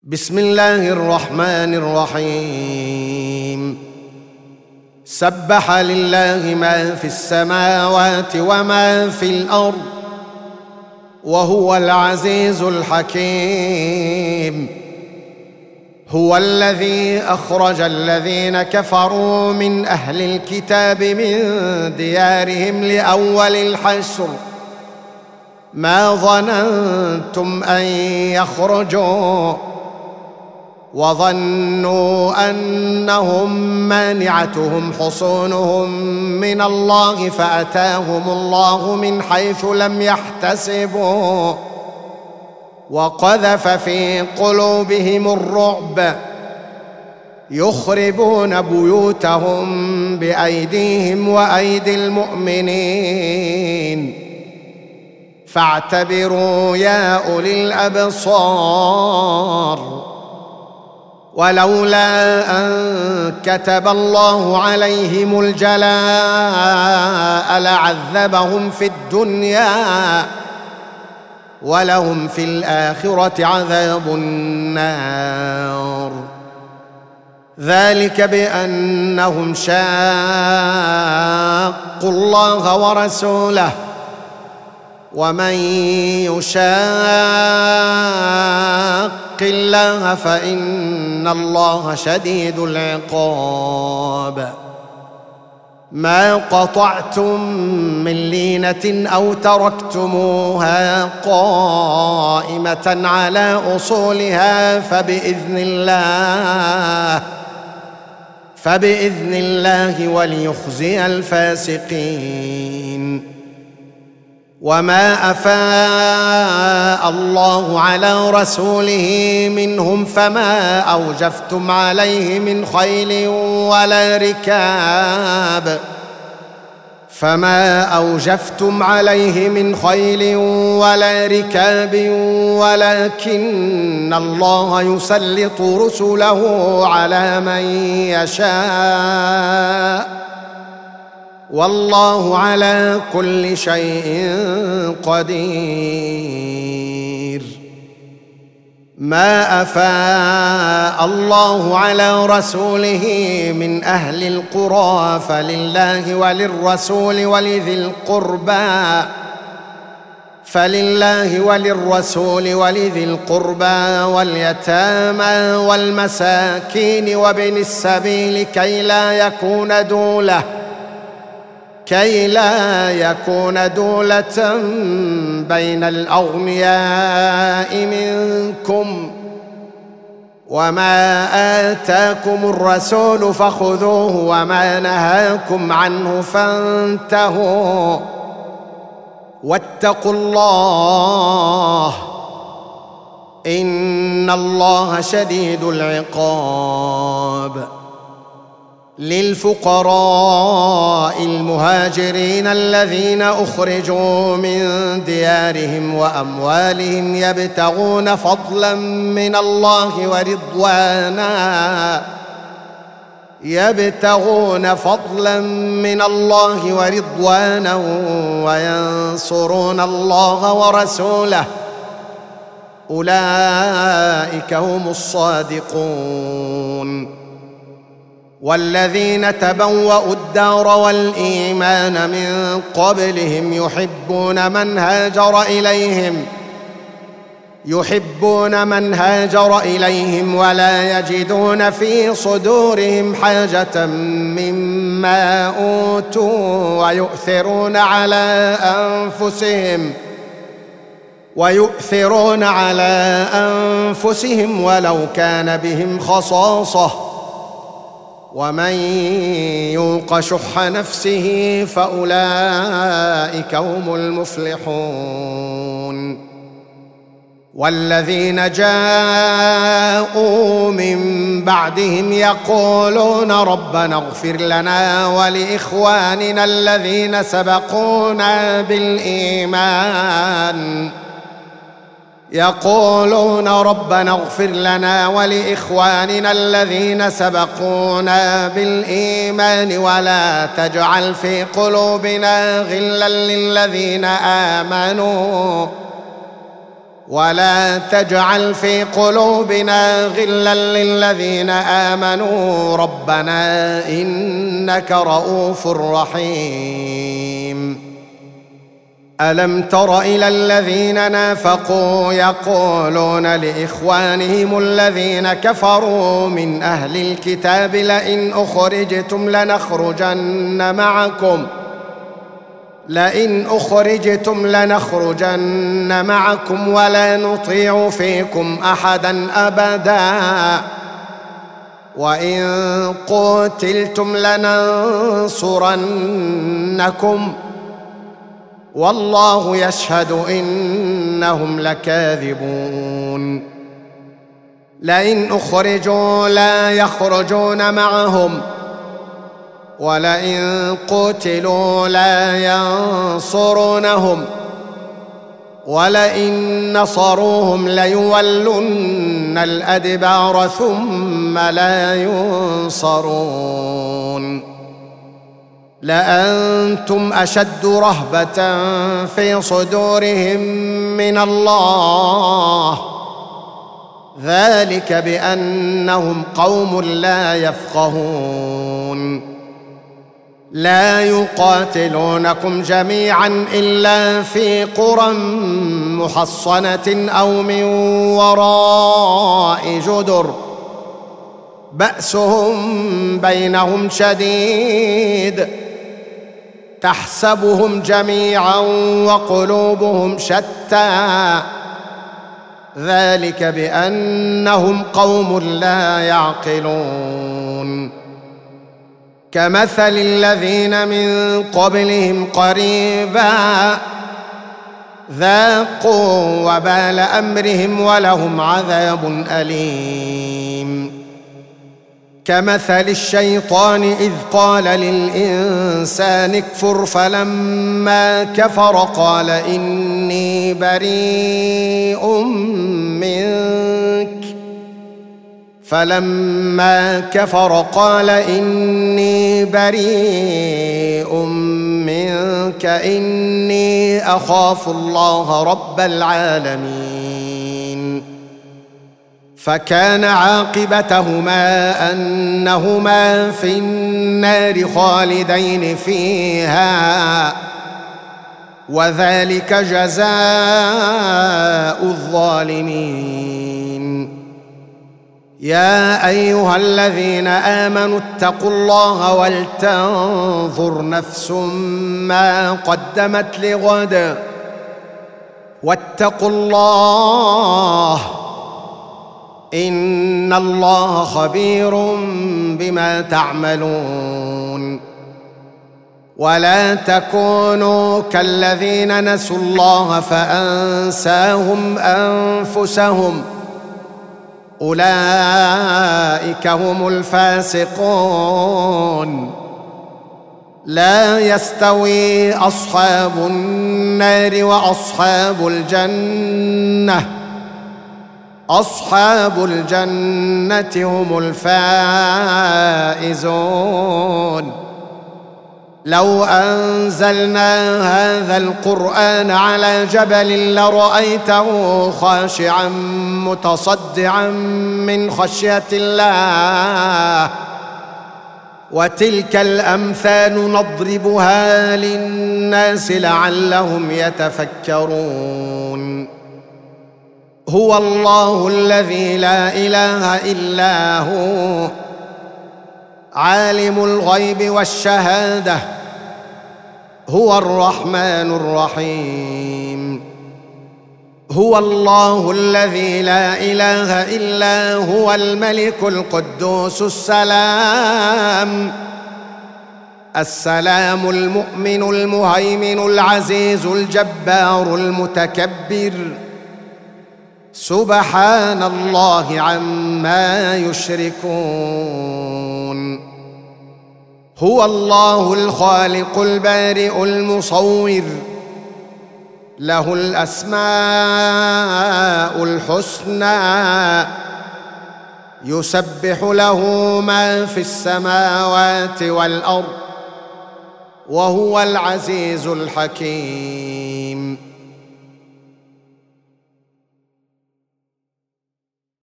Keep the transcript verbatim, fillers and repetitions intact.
بسم الله الرحمن الرحيم. سبح لله ما في السماوات وما في الأرض وهو العزيز الحكيم. هو الذي أخرج الذين كفروا من أهل الكتاب من ديارهم لأول الحشر ما ظننتم أن يخرجوا وظنوا أنهم مانعتهم حصونهم من الله فأتاهم الله من حيث لم يحتسبوا وقذف في قلوبهم الرعب يخربون بيوتهم بأيديهم وأيدي المؤمنين فاعتبروا يا أولي الأبصار. ولولا أن كتب الله عليهم الجلاء لعذبهم في الدنيا ولهم في الآخرة عذاب النار. ذلك بأنهم شاقوا الله ورسوله ومن يشاق الله فإن الله شديد العقاب. ما قطعتم من لينة أو تركتموها قائمة على أصولها فبإذن الله فبإذن الله وليخزي الفاسقين. وما أفاء الله على رسوله منهم فما أوجفتم عليه من خيل ولا ركاب فما أوجفتم عليه من خيل ولا ركاب ولكن الله يسلط رسله على من يشاء والله على كل شيء قدير. ما أفاء الله على رسوله من أهل القرى فلله وللرسول ولذي القربى فلله وللرسول ولذي القربى واليتامى والمساكين وابن السبيل كي لا يكون دولة كي لا يكون دولة بين الأغنياء منكم. وما آتاكم الرسول فخذوه وما نهاكم عنه فانتهوا واتقوا الله إن الله شديد العقاب. للفقراء المهاجرين الذين أخرجوا من ديارهم وأموالهم يبتغون فضلا من الله ورضوانا يبتغون فضلا من الله ورضوانا وينصرون الله ورسوله أولئك هم الصادقون. والذين تبوأوا الدار والإيمان من قبلهم يحبون من هاجر إليهم يحبون من هاجر إليهم ولا يجدون في صدورهم حاجة مما أوتوا ويؤثرون على أنفسهم ويؤثرون على أنفسهم ولو كان بهم خصاصة ومن يوق شح نفسه فأولئك هم المفلحون. والذين جاءوا من بعدهم يقولون ربنا اغفر لنا ولإخواننا الذين سبقونا بالإيمان يقولون ربنا اغفر لنا ولإخواننا الذين سبقونا بالإيمان ولا تجعل في قلوبنا غلا للذين آمنوا ولا تجعل في قلوبنا غلا للذين آمنوا ربنا إنك رؤوف رحيم. ألم تر إلى الذين نافقوا يقولون لإخوانهم الذين كفروا من أهل الكتاب لئن أخرجتم لنخرجن معكم لئن أخرجتم لنخرجن معكم ولا نطيع فيكم أحدا أبدا وإن قتلتم لننصرنكم والله يشهد إنهم لكاذبون. لئن أخرجوا لا يخرجون معهم ولئن قتلوا لا ينصرونهم ولئن نصروهم ليولن الأدبار ثم لا ينصرون. لأنتم أشد رهبة في صدورهم من الله ذلك بأنهم قوم لا يفقهون. لا يقاتلونكم جميعا إلا في قرى محصنة أو من وراء جدر بأسهم بينهم شديد تحسبهم جميعا وقلوبهم شتى ذلك بأنهم قوم لا يعقلون. كمثل الذين من قبلهم قريبا ذاقوا وبال أمرهم ولهم عذاب أليم. كمثل الشيطان إذ قال للإنسان اكفر فلما كفر قال إني بريء منك فلما كفر قال إني بريء منك إني أخاف الله رب العالمين. فكان عاقبتهما أنهما في النار خالدين فيها وذلك جزاء الظالمين. يا أيها الذين آمنوا اتقوا الله ولتنظر نفس ما قدمت لغد واتقوا الله إن الله خبير بما تعملون. ولا تكونوا كالذين نسوا الله فأنساهم أنفسهم أولئك هم الفاسقون. لا يستوي أصحاب النار وأصحاب الجنة أصحاب الجنة هم الفائزون. لو أنزلنا هذا القرآن على جبل لرأيته خاشعا متصدعا من خشية الله وتلك الأمثال نضربها للناس لعلهم يتفكرون. هو الله الذي لا إله إلا هو عالم الغيب والشهادة هو الرحمن الرحيم. هو الله الذي لا إله إلا هو الملك القدوس السلام السلام المؤمن المهيمن العزيز الجبار المتكبر سبحان الله عما يشركون. هو الله الخالق البارئ المصور له الأسماء الحسنى يسبح له ما في السماوات والأرض وهو العزيز الحكيم.